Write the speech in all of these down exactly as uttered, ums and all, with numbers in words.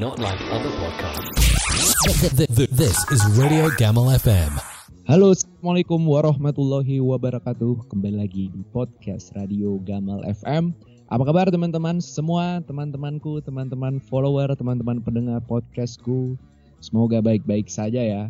Not like other podcasts. This is Radio Gamal F M. Halo, assalamualaikum warahmatullahi wabarakatuh. Kembali lagi di podcast Radio Gamal F M. Apa kabar teman-teman semua, teman-temanku, teman-teman follower, teman-teman pendengar podcastku. Semoga baik-baik saja ya.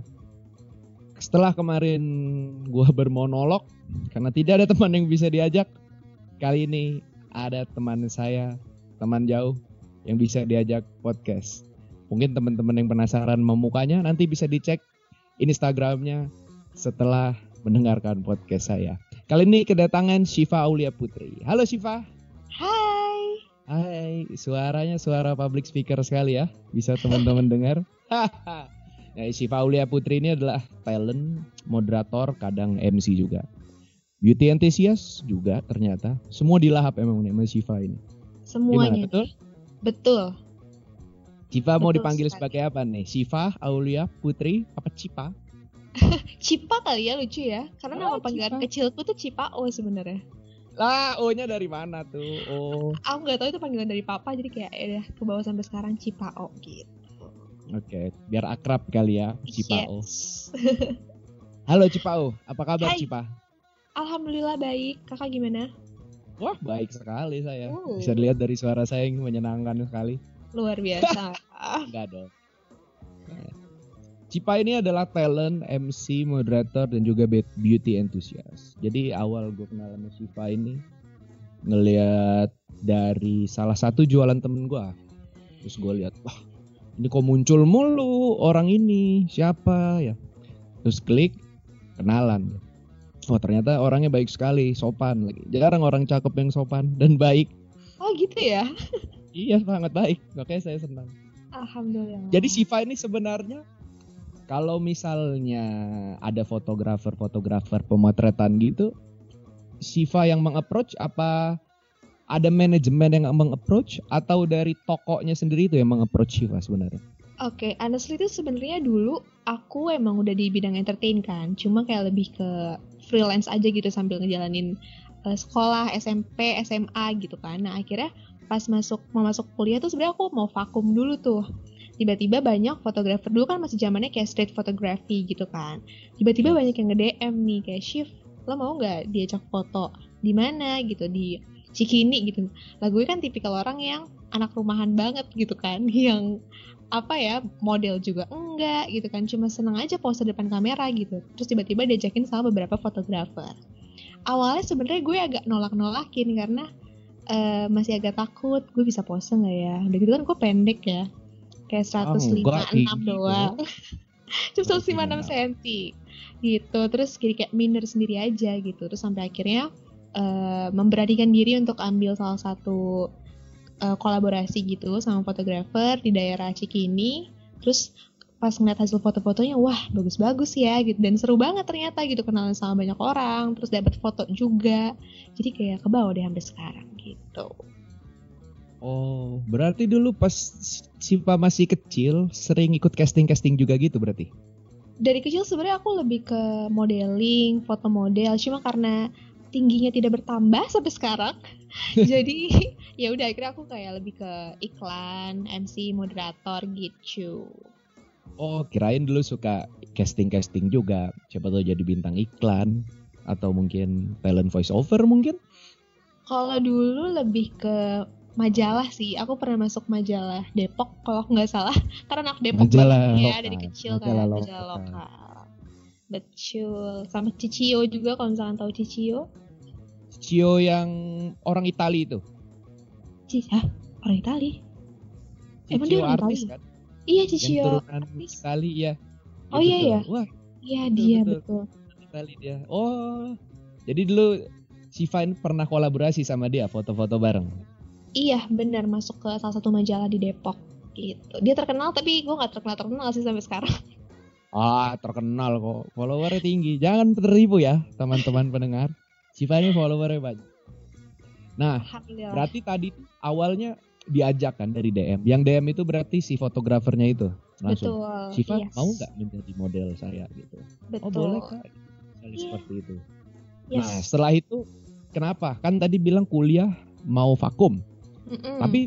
Setelah kemarin gua bermonolog karena tidak ada teman yang bisa diajak, kali ini ada teman saya, teman jauh yang bisa diajak podcast. Mungkin teman-teman yang penasaran memukanya nanti bisa dicek Instagramnya setelah mendengarkan podcast saya. Kali ini kedatangan Syifa Aulia Putri. Halo Syifa. Hai. Hai, suaranya suara public speaker sekali ya. Bisa teman-teman dengar. Nah, Syifa Aulia Putri ini adalah talent, moderator, kadang M C juga. Beauty enthusiast juga ternyata. Semua dilahap emang nih sama Syifa ini. Semuanya. Gimana, betul? Betul. Syifa mau Betul dipanggil sekali. sebagai apa nih? Syifa Aulia Putri apa Cipa? Cipa kali ya, lucu ya. Karena Oh, nama panggilan Cipa. kecilku tuh Cipao sebenarnya. Lah, O-nya dari mana tuh? Oh, Aku nggak tahu itu panggilan dari papa, jadi kayak ya udah ke bawah sampai sekarang Cipao gitu. oke. Biar akrab kali ya, Cipao. Yes. Halo Cipao, apa kabar Hai. Cipa? Alhamdulillah baik. Kakak gimana? Wah, baik sekali saya. Uh. Bisa dilihat dari suara saya yang menyenangkan sekali. Luar biasa. Enggak dong. Nah, Cipa ini adalah talent, M C, moderator, dan juga be- beauty enthusiast. Jadi awal gue kenal sama Syifa ini ngelihat dari salah satu jualan temen gue. Terus gue lihat, wah ini kok muncul mulu orang ini, siapa ya? Terus klik, kenalan. Oh ternyata orangnya baik sekali, sopan lagi. Jarang orang cakep yang sopan dan baik. Oh gitu ya. Iya sangat baik, makanya saya senang. Alhamdulillah. Jadi Syifa ini sebenarnya kalau misalnya ada fotografer-fotografer pemotretan gitu, Syifa yang meng-approach apa ada manajemen yang meng-approach atau dari tokonya sendiri itu yang meng-approach Syifa sebenarnya? Oke, honestly itu sebenarnya dulu aku emang udah di bidang entertain kan, cuma kayak lebih ke freelance aja gitu sambil ngejalanin uh, sekolah, S M P, S M A gitu kan. Nah akhirnya pas masuk mau masuk kuliah tuh sebenarnya aku mau vakum dulu tuh. Tiba-tiba banyak fotografer, dulu kan masih zamannya kayak street photography gitu kan. Tiba-tiba banyak yang nge-D M nih kayak, "Syif, lo mau nggak diajak foto di mana gitu, di Cikini gitu." Lah gue kan tipikal orang yang anak rumahan banget gitu kan, yang apa ya, model juga enggak gitu kan, cuma seneng aja pose depan kamera gitu. Terus tiba-tiba diajakin sama beberapa fotografer. Awalnya sebenarnya gue agak nolak-nolakin karena uh, masih agak takut gue bisa pose nggak ya. Udah gitu kan gue pendek ya, kayak seratus lima puluh enam gitu. doang. Cuma seratus lima puluh enam senti gitu. Terus jadi kayak minder sendiri aja gitu. Terus sampai akhirnya uh, memberanikan diri untuk ambil salah satu uh, kolaborasi gitu sama fotografer di daerah Cikini. Terus pas ngeliat hasil foto-fotonya, wah bagus-bagus ya gitu, dan seru banget ternyata gitu, kenalan sama banyak orang, terus dapat foto juga, jadi kayak kebawa deh sampai sekarang gitu. Oh, berarti dulu pas Syifa masih kecil sering ikut casting-casting juga gitu berarti? Dari kecil sebenarnya aku lebih ke modeling, foto model, cuma karena tingginya tidak bertambah sampai sekarang, jadi ya udah akhirnya aku kayak lebih ke iklan, M C, moderator gitu. Oh, kirain dulu suka casting-casting juga. Siapa tahu jadi bintang iklan atau mungkin talent voice over mungkin? Kalau dulu lebih ke majalah sih. Aku pernah masuk majalah Depok kalau aku nggak salah. Karena anak Depok Majalah banget ya lokal. dari kecil Majalah kan lokal. majalah lokal. Betul. Sama Cicio juga kalau misalkan tahu Cicio. Cio yang orang Itali itu. Cici, hah? Orang Itali? Emang dia Cio orang artis Itali? kan? Iya Yang Cicio. turunan artis. Itali ya. Oh iya betul. ya. Wah, Iya Betul, dia betul. betul. Itali dia. Oh. Jadi dulu Syifa ini pernah kolaborasi sama dia foto-foto bareng. Iya benar, masuk ke salah satu majalah di Depok gitu. Dia terkenal tapi gue nggak terkenal terkenal sih sampai sekarang. Ah, terkenal kok. Followernya tinggi. Jangan tertipu ya, teman-teman pendengar. Syifa ini followernya banyak. Nah, Alhamdulillah. berarti tadi awalnya diajak kan dari D M. Yang D M itu berarti si fotografernya itu langsung. Betul. Syifa yes. mau nggak menjadi model saya gitu? Betul. Oh boleh kak. Misalnya Iya. seperti itu. Yes. Nah setelah itu kenapa? Kan tadi bilang kuliah mau vakum. Mm-mm. Tapi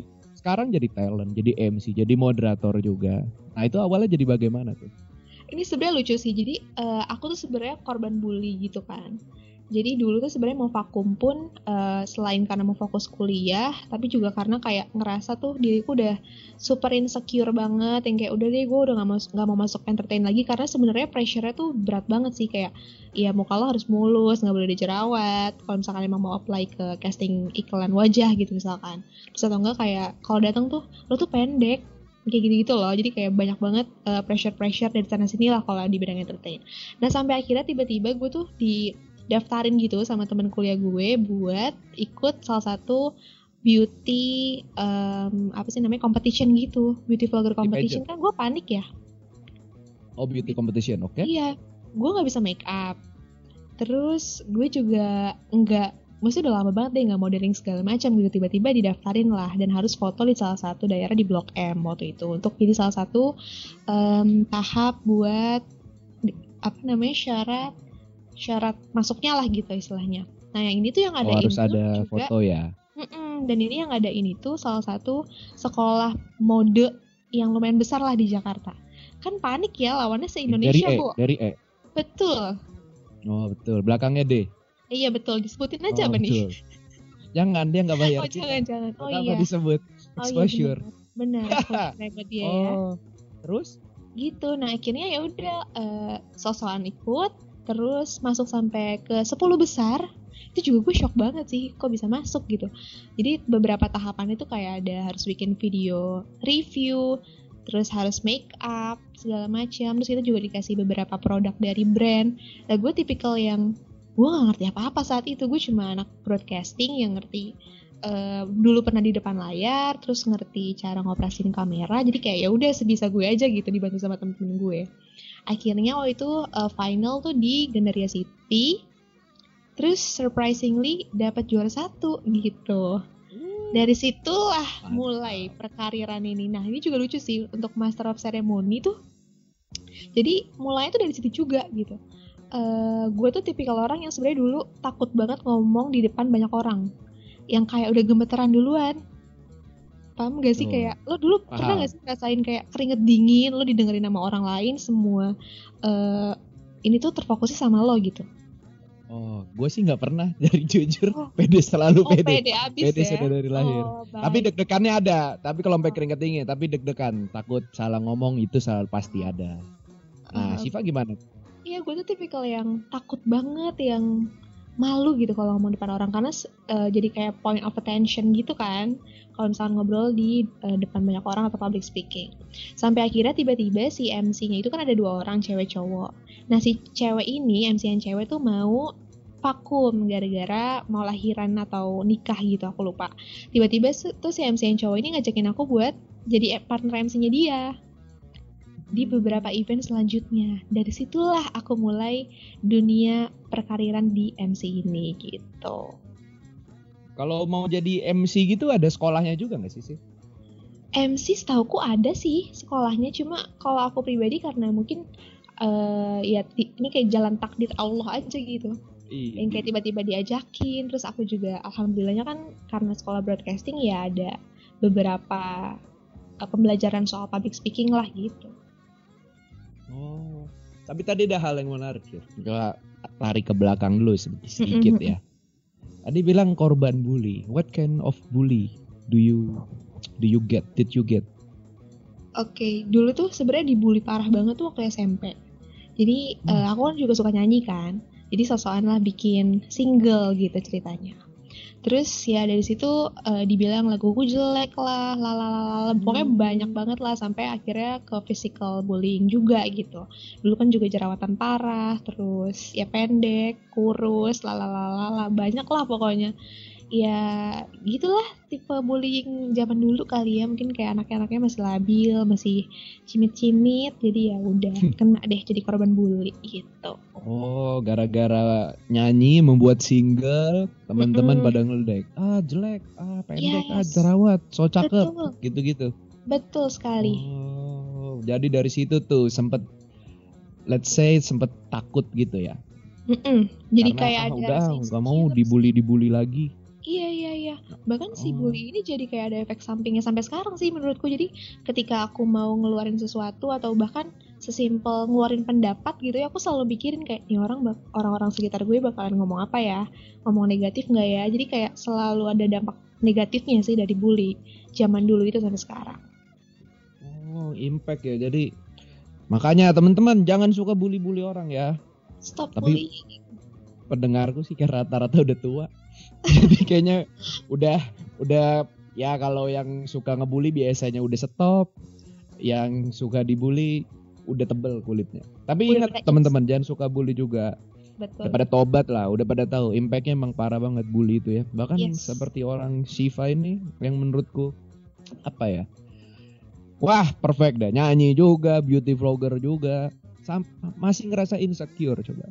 sekarang jadi talent, jadi M C, jadi moderator juga. Nah itu awalnya jadi bagaimana tuh? Ini sebenarnya lucu sih. Jadi uh, aku tuh sebenarnya korban bully gitu kan. Jadi dulu tuh sebenarnya mau vakum pun uh, selain karena mau fokus kuliah, tapi juga karena kayak ngerasa tuh diriku udah super insecure banget, yang kayak udah deh gue udah nggak mau nggak mau masuk entertain lagi karena sebenarnya pressure-nya tuh berat banget sih, kayak ya muka lo harus mulus, nggak boleh dijerawat. Kalau misalkan emang mau apply ke casting iklan wajah gitu misalkan, terus atau enggak kayak kalau datang tuh lo tuh pendek kayak gitu-gitu loh. Jadi kayak banyak banget uh, pressure-pressure dari sana sini lah kalau di bidang entertain. Nah sampai akhirnya tiba-tiba gue tuh di daftarin gitu sama teman kuliah gue buat ikut salah satu beauty um, apa sih namanya competition gitu, beauty vlogger competition. Kan gue panik ya. Oh beauty competition, oke? Okay. Iya, gue nggak bisa make up. Terus gue juga nggak, maksudnya udah lama banget deh nggak modeling segala macam gitu. Tiba-tiba didaftarin lah dan harus foto di salah satu daerah di Blok M waktu itu untuk jadi salah satu um, tahap buat apa namanya syarat syarat masuknya lah gitu istilahnya. Nah yang ini tuh yang ada oh, ini harus tuh ada juga, foto ya. Mm-mm, dan ini yang ada ini tuh salah satu sekolah mode yang lumayan besar lah di Jakarta. Kan panik ya lawannya se-Indonesia dari E, bu. Dari E. Betul. Oh betul, belakangnya D. Iya betul, disebutin aja oh, apa betul. nih? Jangan, dia nggak bayar. Oh kita. jangan jangan. Oh Kenapa iya. disebut exposure? Oh, iya benar. Benar dia oh, ya. Terus? Gitu. Nah akhirnya ya udah uh, sosokan ikut. Terus masuk sampai ke sepuluh besar. Itu juga gue shock banget sih, kok bisa masuk gitu. Jadi beberapa tahapan itu kayak ada harus bikin video review, terus harus make up segala macam. Terus kita juga dikasih beberapa produk dari brand. Nah gue tipikal yang gue gak ngerti apa-apa saat itu. Gue cuma anak broadcasting yang ngerti uh, dulu pernah di depan layar, terus ngerti cara ngoperasin kamera. Jadi kayak ya udah sebisa gue aja gitu dibantu sama temen-temen gue. Akhirnya waktu itu uh, final tuh di Gandaria City. Terus surprisingly dapat juara satu gitu. Dari situlah mulai perkariran ini. Nah ini juga lucu sih untuk Master of Ceremony tuh. Jadi mulainya tuh dari situ juga gitu. Uh, gue tuh tipikal orang yang sebenarnya dulu takut banget ngomong di depan banyak orang. Yang kayak udah gemeteran duluan. Paham gak sih oh. kayak lo dulu Paham. Pernah gak sih ngerasain kayak keringet dingin, lo didengerin sama orang lain semua uh, ini tuh terfokusnya sama lo gitu. Oh, gue sih nggak pernah dari jujur, oh. pede selalu oh, pede. Pede abis pede ya. sudah dari lahir. Oh, tapi deg-degannya ada, tapi kalau sampai keringet dingin, tapi deg-degan, takut salah ngomong itu selalu pasti ada. Nah, uh, Syifa gimana? Iya, gue tuh tipikal yang takut banget, yang malu gitu kalau ngomong depan orang karena uh, jadi kayak point of attention gitu kan kalau misalnya ngobrol di uh, depan banyak orang atau public speaking. Sampai akhirnya tiba-tiba si M C-nya itu kan ada dua orang, cewek cowok. Nah si cewek ini, M C yang cewek tuh mau vakum gara-gara mau lahiran atau nikah gitu, aku lupa. Tiba-tiba tuh si M C yang cowok ini ngajakin aku buat jadi partner M C-nya dia di beberapa event selanjutnya. Dari situlah aku mulai dunia perkariran di M C ini gitu. Kalau mau jadi M C gitu ada sekolahnya juga nggak sih sih? M C setauku ada sih sekolahnya, cuma kalau aku pribadi karena mungkin uh, ya ini kayak jalan takdir Allah aja gitu. Iya. Yang kayak tiba-tiba diajakin, terus aku juga alhamdulillahnya kan karena sekolah broadcasting ya ada beberapa uh, pembelajaran soal public speaking lah gitu. Oh, tapi tadi ada hal yang menarik ya. Kita tarik ke belakang dulu sedikit ya. Tadi bilang korban bully. What kind of bully do you do you get? Did you get? Oke, okay, dulu tuh sebenarnya dibully parah banget tuh waktu S M P. Jadi hmm. uh, aku kan juga suka nyanyi kan. Jadi sosokan lah bikin single gitu ceritanya. Terus ya dari situ uh, dibilang laguku jelek lah, lalalala, pokoknya hmm. banyak banget lah sampai akhirnya ke physical bullying juga gitu. Dulu kan juga jerawatan parah, terus ya pendek, kurus, lalalala, banyak lah pokoknya. Ya gitulah tipe bullying zaman dulu kali ya, mungkin kayak anak-anaknya masih labil, masih cimit-cimit, jadi ya udah kena deh jadi korban bully gitu. Oh, gara-gara nyanyi membuat single, teman-teman mm-hmm. pada ngeledek, ah jelek, ah pendek, yes. ah jerawat, so cakep, betul. Gitu-gitu. Betul sekali. Oh, jadi dari situ tuh sempet, let's say sempet takut gitu ya? Mm-mm. Jadi karena, kayak ah, ada udah nggak mau dibully-dibully lagi. Iya iya iya, Iya, bahkan si Oh. bully ini jadi kayak ada efek sampingnya sampai sekarang sih menurutku. Jadi ketika aku mau ngeluarin sesuatu atau bahkan sesimpel ngeluarin pendapat gitu ya, aku selalu mikirin kayak nih orang bak- orang-orang sekitar gue bakalan ngomong apa ya, ngomong negatif nggak ya. Jadi kayak selalu ada dampak negatifnya sih dari bully zaman dulu itu sampai sekarang. Oh, impact ya. Jadi makanya teman-teman jangan suka bully-bully orang ya. Stop Tapi- bullying. Pendengarku sih kayak rata-rata udah tua. Jadi kayaknya udah udah ya kalau yang suka ngebully biasanya udah stop. Yang suka dibully udah tebel kulitnya. Tapi Udah ingat pada teman-teman jangan suka bully juga. Betul. Udah pada tobat lah, udah pada tahu impactnya emang parah banget bully itu ya. Bahkan Yes. seperti orang Shiva ini yang menurutku apa ya? Wah, perfect dah. Nyanyi juga, beauty vlogger juga. Sam- masih ngerasa insecure coba.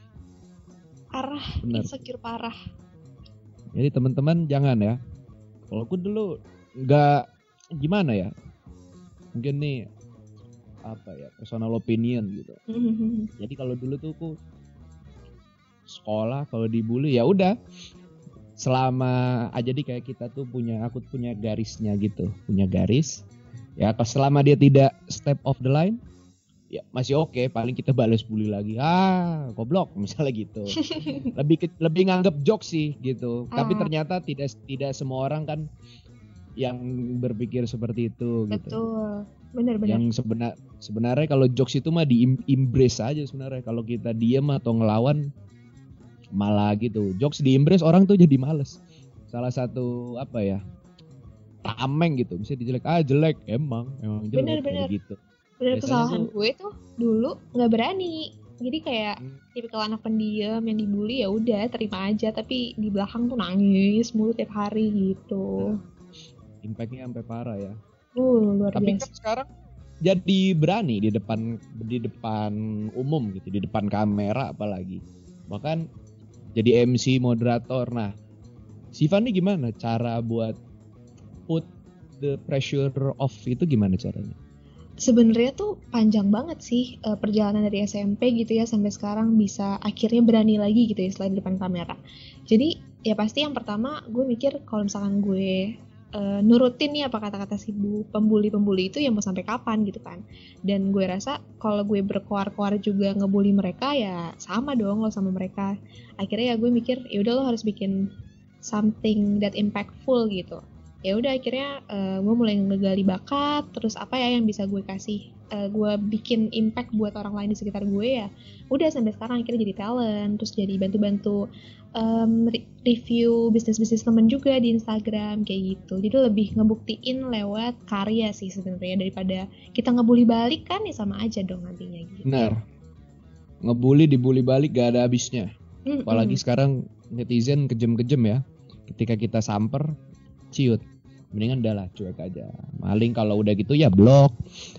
Parah, Benar. insecure parah. Jadi teman-teman jangan ya. Kalau aku dulu nggak gimana ya. Mungkin nih apa ya personal opinion gitu. Jadi kalau dulu tuh aku sekolah kalau dibully ya udah selama aja di kayak kita tuh punya aku punya garisnya gitu, punya garis. Ya kalau selama dia tidak step off the line ya masih oke, paling kita balas bully lagi. Ah, goblok misalnya gitu. lebih ke, lebih nganggap jokes sih gitu. Tapi Ah. ternyata tidak tidak semua orang kan yang berpikir seperti itu gitu. Betul. Benar-benar. Yang sebenar sebenarnya kalau jokes itu mah di embrace aja sebenarnya. Kalau kita diem atau ngelawan malah gitu. Jokes di embrace orang tuh jadi males. Salah satu apa ya? Tameng gitu. Bisa dijelek ah jelek emang emang jelek Bener-bener. kayak gitu. Bener, Biasanya kesalahan tuh- gue tuh dulu nggak berani. Jadi kayak Hmm. tipikal anak pendiam yang dibully ya udah terima aja, tapi di belakang tuh nangis mulu tiap hari gitu. Impactnya sampai parah ya. Uh, luar Tapi biasa. kan sekarang jadi berani di depan di depan umum gitu, di depan kamera apalagi. Bahkan jadi M C moderator. Nah, Siva nih gimana cara buat put the pressure off itu gimana caranya? Sebenarnya tuh panjang banget sih eh, perjalanan dari S M P gitu ya sampai sekarang bisa akhirnya berani lagi gitu ya selain di depan kamera. Jadi ya pasti yang pertama gue mikir kalau misalkan gue eh, nurutin nih apa kata-kata si bu pembuli-pembuli itu ya mau sampai kapan gitu kan. Dan gue rasa kalau gue berkoar-koar juga ngebully mereka ya sama dong lo sama mereka. Akhirnya ya gue mikir ya udah lo harus bikin something that impactful gitu. Ya udah akhirnya uh, gue mulai ngegali bakat, terus apa ya yang bisa gue kasih, uh, gue bikin impact buat orang lain di sekitar gue ya. Udah sampai sekarang akhirnya jadi talent, terus jadi bantu-bantu um, re- review bisnis-bisnis temen juga di Instagram kayak gitu. Jadi lebih ngebuktiin lewat karya sih sebenarnya daripada kita ngebully balik kan ya sama aja dong nantinya gitu. Benar. Ngebully dibully balik gak ada habisnya. Mm-mm. Apalagi sekarang netizen kejem-kejem ya. Ketika kita samper, ciut. Mendingan udah lah cuek aja. Maling kalau udah gitu ya blok.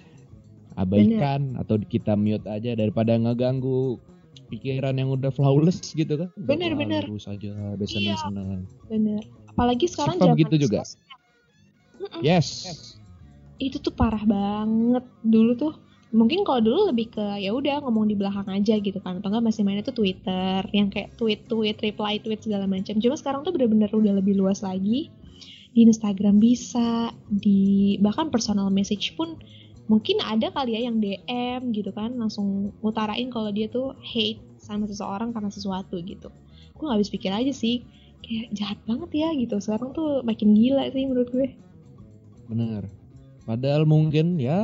Abaikan atau kita mute aja daripada ngeganggu pikiran yang udah flawless gitu kan. Udah, Bener, wah, bener. lurus aja, udah Iya. seneng-seneng. Bener. Apalagi sekarang Siapa zaman begitu juga? sosmed. Mm-mm. Yes. Itu tuh parah banget dulu tuh. Mungkin kalau dulu lebih ke ya udah ngomong di belakang aja gitu kan, atau enggak masih mainnya tuh Twitter yang kayak tweet-tweet, reply tweet segala macam. Cuma sekarang tuh bener-bener udah lebih luas lagi. Di Instagram bisa, di bahkan personal message pun mungkin ada kali ya yang D M gitu kan, langsung ngutarain kalau dia tuh hate sama seseorang karena sesuatu gitu. Gue nggak habis pikir aja sih, kayak jahat banget ya gitu. Sekarang tuh makin gila sih menurut gue. Bener. Padahal mungkin ya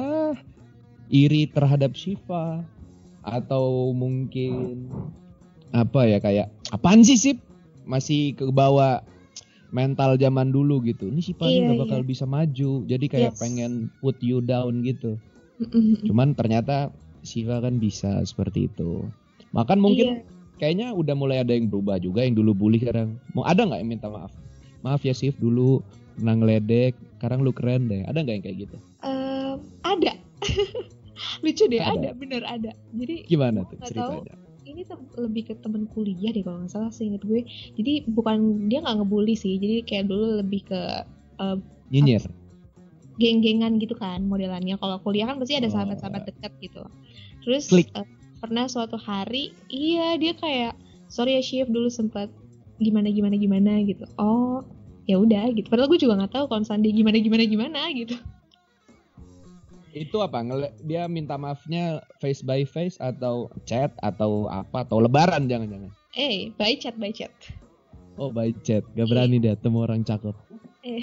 iri terhadap Shiva atau mungkin apa ya kayak apaan sih Sip masih ke bawah mental zaman dulu gitu. Ini Shiva Iya, nggak bakal iya. bisa maju. Jadi kayak Yes. pengen put you down gitu. Mm-mm. Cuman ternyata Shiva kan bisa seperti itu. Makan mungkin Iya. kayaknya udah mulai ada yang berubah juga yang dulu bully sekarang. Mau ada nggak yang minta maaf? Maaf ya Sif dulu pernah ngeledek, sekarang lu keren deh. Ada nggak yang kayak gitu? Em, ada. Lucu deh, Ada. ada. Bener ada. Jadi Gimana tuh nggak ceritanya? ini tuh lebih ke temen kuliah deh kalau nggak salah seinget gue. Jadi bukan dia nggak ngebully sih, jadi kayak dulu lebih ke eh, Nyinyir. geng-gengan gitu kan modelannya. Kalau kuliah kan pasti ada Oh. sahabat-sahabat dekat gitu. Terus Klik. eh, pernah suatu hari, iya dia kayak sorry ya Shiv dulu sempat gimana gimana gimana gitu. Oh ya udah gitu. Padahal gue juga nggak tahu kalau misalnya dia gimana gimana gimana gitu. Itu apa? Ngele- dia minta maafnya face by face atau chat atau apa? Atau lebaran jangan-jangan? Eh, by chat, by chat. Oh by chat, gak berani deh temu orang cakep. Eh,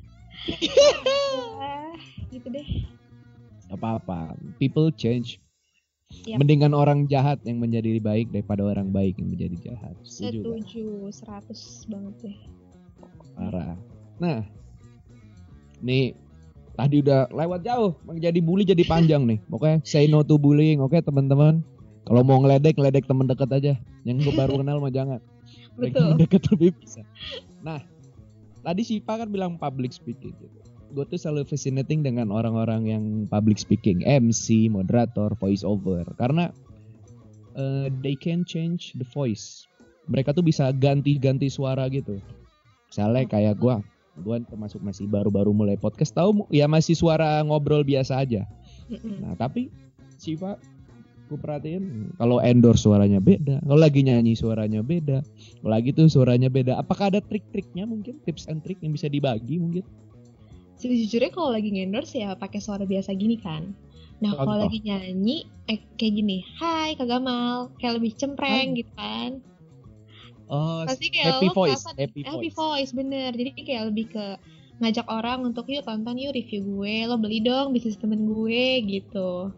ah, gitu deh. Gak apa-apa, people change. Yap. Mendingan orang jahat yang menjadi baik daripada orang baik yang menjadi jahat. Setuju gak? Setuju, seratus banget deh. Parah. Nah, nih tadi udah lewat jauh, jadi bully jadi panjang nih. Oke, say no to bullying, oke teman-teman. Kalau mau ngeledek, ngeledek teman dekat aja. Yang gue baru kenal mah jangan. Betul. Teman dekat lebih bisa. Nah, tadi Siva kan bilang public speaking gitu. Gue tuh selalu fascinating dengan orang-orang yang public speaking, M C, moderator, voice over, karena uh, they can change the voice. Mereka tuh bisa ganti-ganti suara gitu. Misalnya kayak gue, gue termasuk masih baru-baru mulai podcast, tahu ya masih suara ngobrol biasa aja. Nah tapi Siva, gue perhatiin kalau endorse suaranya beda, kalau lagi nyanyi suaranya beda, kalau lagi tuh suaranya beda. Apakah ada trik-triknya mungkin, tips and trick yang bisa dibagi mungkin? Sejujurnya kalau lagi ngendorse ya pakai suara biasa gini kan. Nah kalau lagi nyanyi eh, kayak gini, hai Kak Gamal, kayak lebih cempreng hai. Gitu kan. Oh, pasti kayak happy lo voice, kelihatan, happy, happy voice. voice, bener. Jadi kayak lebih ke ngajak orang untuk yuk tonton yuk review gue, lo beli dong bisnis temen gue gitu.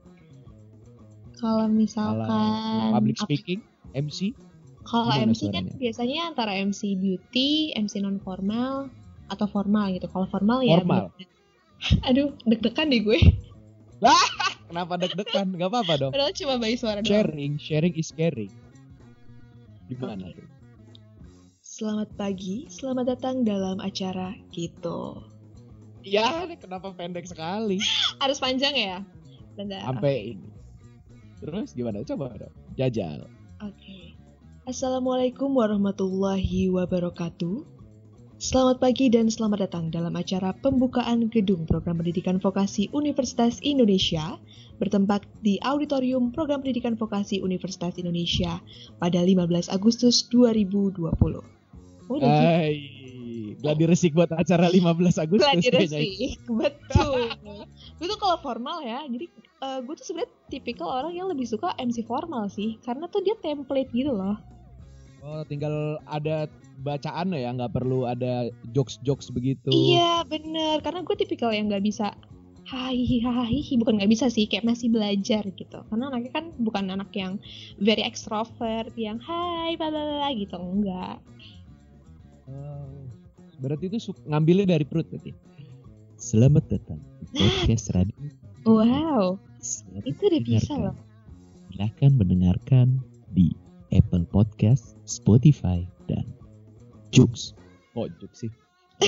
Kalau misalkan Kalo public speaking, apa? M C? Kalau M C suaranya? Kan biasanya antara M C beauty, M C non formal atau formal gitu. Kalau formal, formal. ya aduh deg-degan deh gue. Lah, kenapa deg-degan? Gak apa-apa dong. Padahal cuma bayi suara doang. Sharing, sharing is caring. Gimana okay. tuh? Selamat pagi, selamat datang dalam acara gitu. Ya, kenapa pendek sekali? Harus panjang ya? Bentar. Sampai okay. ini. Terus gimana? Coba dong. Jajal. Oke. Okay. Assalamualaikum warahmatullahi wabarakatuh. Selamat pagi dan selamat datang dalam acara pembukaan gedung Program Pendidikan Vokasi Universitas Indonesia bertempat di Auditorium Program Pendidikan Vokasi Universitas Indonesia pada lima belas Agustus dua ribu dua puluh. Oh, Hai, gladi resik buat acara lima belas Agustus. Gladi resik, betul. Gue tuh kalau formal ya, jadi uh, gue tuh sebenarnya tipikal orang yang lebih suka M C formal sih, karena tuh dia template gitu loh. Oh, tinggal ada bacaan ya, nggak perlu ada jokes-jokes begitu. Iya, bener. Karena gue tipikal yang nggak bisa hahihi hahihi, bukan nggak bisa sih, kayak masih belajar gitu. Karena anaknya kan bukan anak yang very extrovert, yang hai bla gitu, enggak. Oh, berarti itu ngambilnya dari perut berarti. Selamat datang di podcast radio. Wow, selamat itu udah bisa loh. Silakan mendengarkan di Apple Podcast, Spotify, dan Joox. Oh, Joox sih.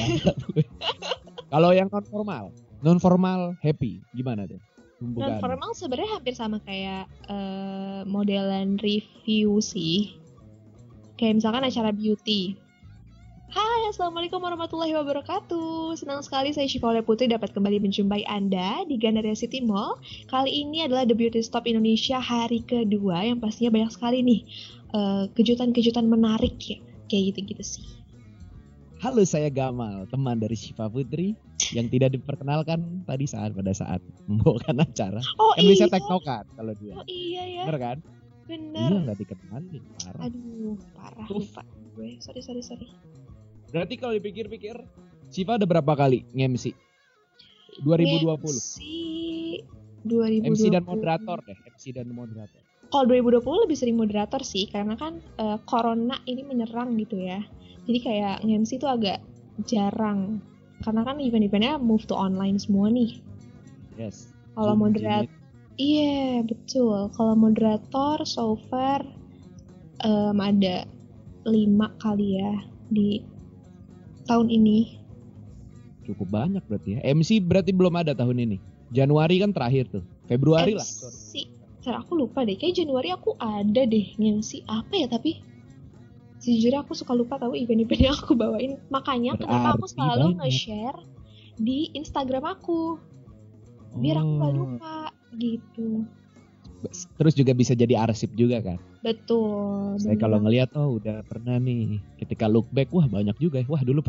Kalau yang non formal, non formal happy gimana tuh? Non formal sebenarnya hampir sama kayak uh, modelan review sih. Kayak misalkan acara beauty. Hai, assalamualaikum warahmatullahi wabarakatuh. Senang sekali saya Syifa Putri dapat kembali menjumpai Anda di Gandaria City Mall. Kali ini adalah The Beauty Stop Indonesia hari kedua yang pastinya banyak sekali nih uh, kejutan-kejutan menarik ya. Kayak gitu-gitu sih. Halo, saya Gamal, teman dari Syifa Putri yang tidak diperkenalkan tadi saat pada saat membawakan acara. Oh, kan iya. bisa tektokan kalau dia. Oh iya ya. Bener kan? Bener. Iya, nggak dikenalin, parah. Aduh, parah lupa gue. Sorry, sorry, sorry. Berarti kalau dipikir-pikir, Syifa udah berapa kali nge-M C? dua ribu dua puluh. M C dua ribu dua puluh. M C dan moderator deh, M C dan moderator. Kalau dua ribu dua puluh lebih sering moderator sih, karena kan uh, corona ini menyerang gitu ya. Jadi kayak nge-M C itu agak jarang. Karena kan event-eventnya move to online semua nih. Yes. Kalau moderator, iya yeah, betul. Kalau moderator so far um, ada lima kali ya di tahun ini. Cukup banyak berarti ya. M C berarti belum ada tahun ini. Januari kan terakhir tuh. Februari M C, lah. Sorry. Cara aku lupa deh. Kayak Januari aku ada deh M C apa ya tapi. Sejujurnya aku suka lupa tahu event-event yang aku bawain. Makanya berarti kenapa aku selalu banyak. nge-share di Instagram aku. Biar oh. aku gak lupa gitu. Terus juga bisa jadi arsip juga kan. Betul. Saya kalau ngelihat oh udah pernah nih. Ketika look back wah banyak juga. Wah dulu pernah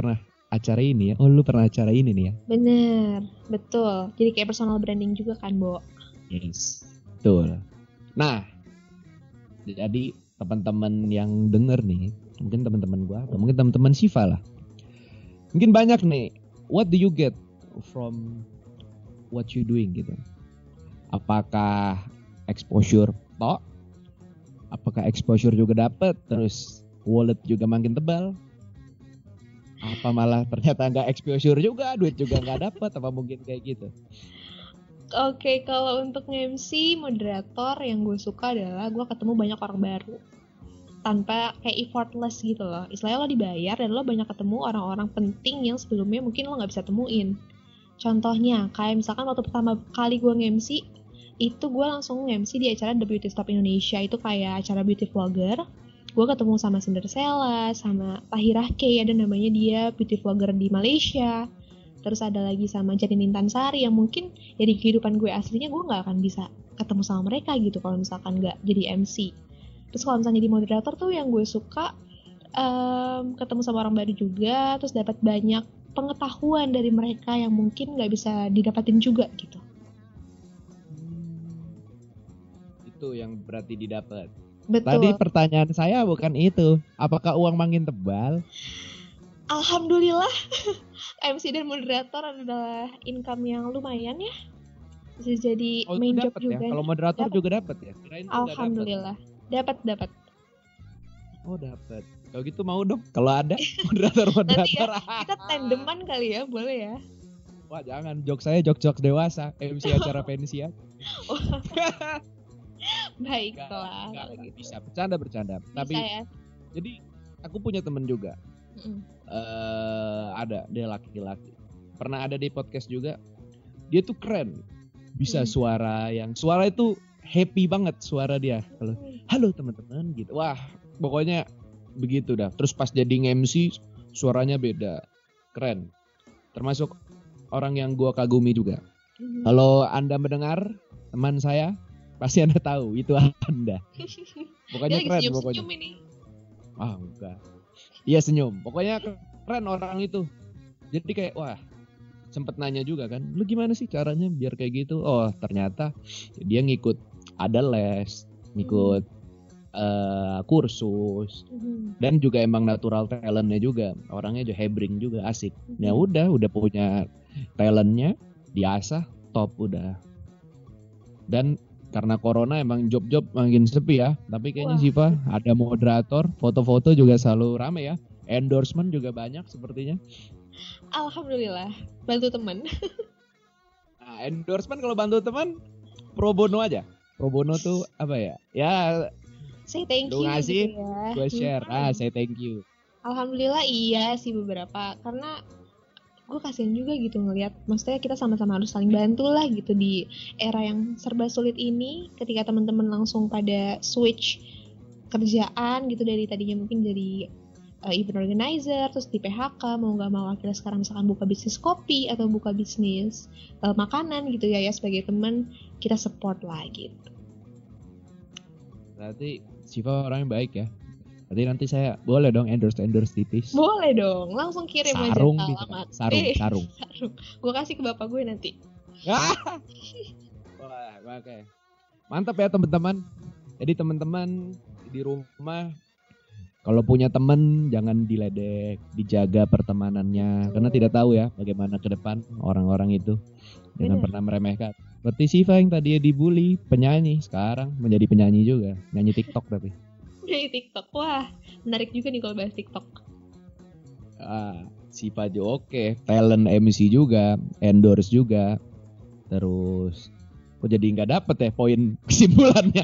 acara ini ya. Oh, lu pernah acara ini nih ya? Bener, betul. Jadi kayak personal branding juga kan, Bo? Yes, betul. Nah, jadi teman-teman yang denger nih, mungkin teman-teman gua atau mungkin teman-teman Siva lah. Mungkin banyak nih, what do you get from what you doing gitu? Apakah exposure tok? Apakah exposure juga dapat? Terus wallet juga makin tebal? Apa malah ternyata nggak exposure juga, duit juga nggak dapat? Apa mungkin kayak gitu? Oke, kalau untuk nge-M C, moderator yang gue suka adalah gue ketemu banyak orang baru. Tanpa kayak effortless gitu loh. Istilahnya lo dibayar dan lo banyak ketemu orang-orang penting yang sebelumnya mungkin lo gak bisa temuin. Contohnya, kayak misalkan waktu pertama kali gue nge-M C, itu gue langsung nge-M C di acara The Beauty Stop Indonesia. Itu kayak acara beauty vlogger. Gue ketemu sama Cinderella, sama Tahirah K, ada namanya dia beauty vlogger di Malaysia. Terus ada lagi sama Janine Intansari yang mungkin ya di kehidupan gue aslinya gue gak akan bisa ketemu sama mereka gitu kalau misalkan gak jadi M C. Terus kalau misalnya jadi moderator tuh yang gue suka um, ketemu sama orang baru juga, terus dapat banyak pengetahuan dari mereka yang mungkin gak bisa didapatin juga gitu. Itu yang berarti didapat. Betul. Tadi pertanyaan saya bukan itu. Apakah uang makin tebal? Alhamdulillah, M C dan moderator adalah income yang lumayan ya. Bisa jadi oh, main job ya? juga. Kalau moderator dapet. juga dapat ya? Kirain Alhamdulillah, dapat dapat. Oh dapat. Kalau gitu mau dong. Kalau ada moderator moderator. Nanti ya, kita tandeman kali ya, boleh ya? Wah jangan, jok saya jok-jok dewasa. M C acara pensiun. Baiklah. Gak, gak, bisa bercanda bercanda. Bisa Tapi ya? jadi aku punya temen juga. Mm-mm. Uh, ada dia laki-laki. Pernah ada di podcast juga. Dia tuh keren. Bisa mm. suara yang suara itu happy banget suara dia. Kalau halo teman-teman gitu. Wah pokoknya begitu dah. Terus pas jadi nge-M C suaranya beda. Keren. Termasuk orang yang gua kagumi juga. Mm. Kalau Anda mendengar teman saya pasti Anda tahu itu Anda. Pokoknya keren senyum, pokoknya. Senyum ini. Ah, enggak. Iya senyum. Pokoknya keren orang itu. Jadi kayak wah, sempet nanya juga kan, lu gimana sih caranya biar kayak gitu? Oh, ternyata dia ngikut ada les, ngikut hmm. uh, kursus. Hmm. Dan juga emang natural talentnya juga. Orangnya juga hebring juga, asik. Hmm. Ya udah, udah punya talentnya, diasah, top udah. Dan karena corona emang job-job makin sepi ya. Tapi kayaknya Siva ada moderator, foto-foto juga selalu rame ya. Endorsement juga banyak sepertinya. Alhamdulillah, bantu teman. Nah, endorsement kalau bantu teman pro bono aja. Pro bono tuh apa ya? Ya say thank you ngasih, gitu ya. Gue share, hmm. ah say thank you. Alhamdulillah iya sih beberapa. Karena gue kasihan juga gitu ngelihat, maksudnya kita sama-sama harus saling bantu lah gitu di era yang serba sulit ini, ketika teman-teman langsung pada switch kerjaan gitu dari tadinya mungkin jadi uh, event organizer, terus di P H K, mau nggak mau akhirnya sekarang misalkan buka bisnis kopi atau buka bisnis uh, makanan gitu ya, ya sebagai teman kita support lah gitu. Berarti Siva orangnya baik ya. Berarti nanti saya boleh dong endorse-endorse tipis. Boleh dong, langsung kirim sarung aja gitu. alamat. Sarung, eh, sarung. sarung. Gue kasih ke bapak gue nanti. Wah, oke. Okay. Mantap ya teman-teman. Jadi teman-teman di rumah, kalau punya teman jangan diledek, dijaga pertemanannya. Karena tidak tahu ya bagaimana ke depan orang-orang itu. Jangan Bener. pernah meremehkan. Seperti Siva yang tadi dibully, penyanyi, sekarang menjadi penyanyi juga. Nyanyi TikTok tapi. Dari TikTok, wah menarik juga nih kalau bahas TikTok. Ah, Siva juga oke, talent M C juga, endorse juga, terus kok jadi nggak dapet ya poin kesimpulannya?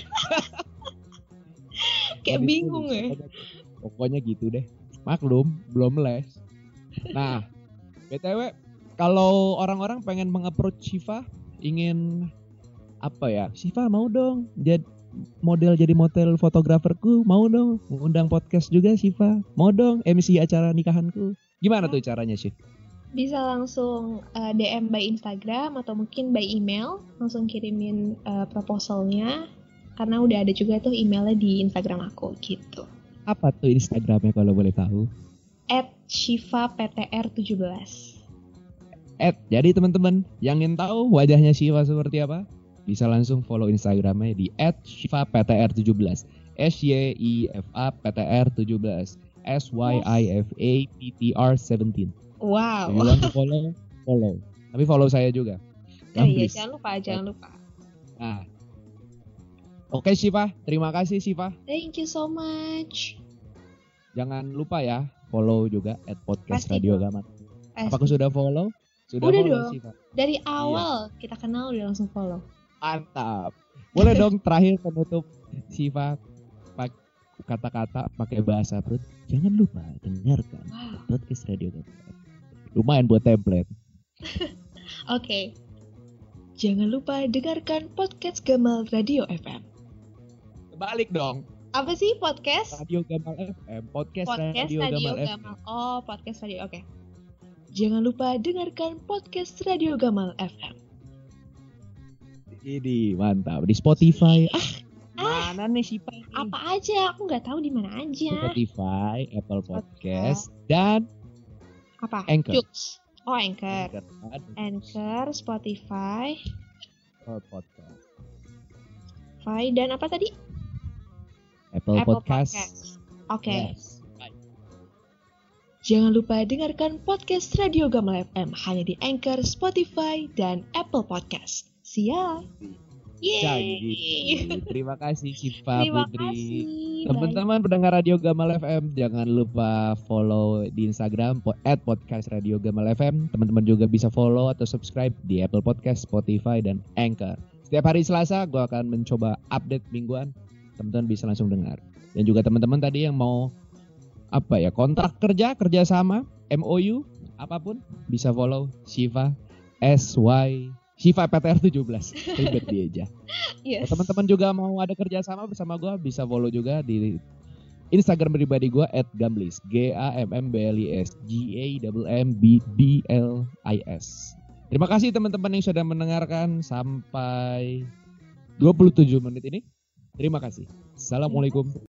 Kayak Tadi bingung ya. Pokoknya, pokoknya gitu deh, maklum belum les. Nah, B T W kalau orang-orang pengen meng-approach Siva, ingin apa ya? Siva mau dong jadi model jadi model fotograferku, mau dong undang podcast juga Siva, mau dong M C acara nikahanku. Gimana tuh caranya sih? Bisa langsung uh, D M by Instagram atau mungkin by email, langsung kirimin uh, proposalnya, karena udah ada juga tuh emailnya di Instagram aku gitu. Apa tuh Instagramnya kalau boleh tahu? at shiva p t r tujuh belas. At, jadi teman-teman yang ingin tahu wajahnya Shiva seperti apa, bisa langsung follow Instagramnya di at shiva p t r tujuh belas. S Y I F A P T R tujuh belas. S Y I F A P T R tujuh belas. Wow. Jadi langsung follow, follow. Tapi follow saya juga. Oh iya, jangan lupa, jangan lupa. Nah. Oke Shiva, terima kasih Shiva. Thank you so much. Jangan lupa ya, follow juga at podcast Pasti Radio dong. Gamal. Pasti. Apakah sudah follow? Sudah Udah follow dong. Shiva. Dari awal kita kenal udah langsung follow. Mantap. Boleh dong terakhir penutup Shiva pak- kata-kata pakai bahasa Perut. Jangan lupa dengarkan Wow. podcast Radio Gamal. Lumayan buat template. Oke. Jangan lupa dengarkan podcast Gamal Radio F M. Kebalik dong. Apa sih podcast? Radio Gamal F M. Podcast, Podcast Radio, Radio Gamal, F M. Gamal. Oh, podcast radio. Oke. Jangan lupa dengarkan podcast Radio Gamal F M. Ini mantap di Spotify. Ah, Ah, mana nih Shiva? ini? apa aja? Aku nggak tahu di mana aja. Spotify, Apple Podcast. Podcast, dan Apa? Anchor. Joox. Oh, Anchor. Anchor, Spotify, Apple Podcast, Spotify, dan apa tadi? Apple, Apple Podcast. Podcast. Oke. Yes. Jangan lupa dengarkan podcast Radio Gamal F M hanya di Anchor, Spotify, dan Apple Podcast. Siap. Jadi, Yeay. terima kasih Shiva Terima Putri. kasih. Teman-teman pendengar Radio Gamal F M, jangan lupa follow di Instagram po- at podcast Radio Gamal F M. Teman-teman juga bisa follow atau subscribe di Apple Podcast, Spotify, dan Anchor. Setiap hari Selasa, gue akan mencoba update mingguan. Teman-teman bisa langsung dengar. Dan juga teman-teman tadi yang mau apa ya kontrak kerja, kerjasama, M O U, apapun bisa follow Shiva S Y Shiva P T R tujuh belas. Ribet dia aja. Yes. Teman-teman juga mau ada kerjasama bersama gue bisa follow juga di Instagram pribadi gue at gamblis G A M M B L I S G A M M B B L I S. Terima kasih teman-teman yang sudah mendengarkan sampai dua puluh tujuh menit ini. Terima kasih. Assalamualaikum.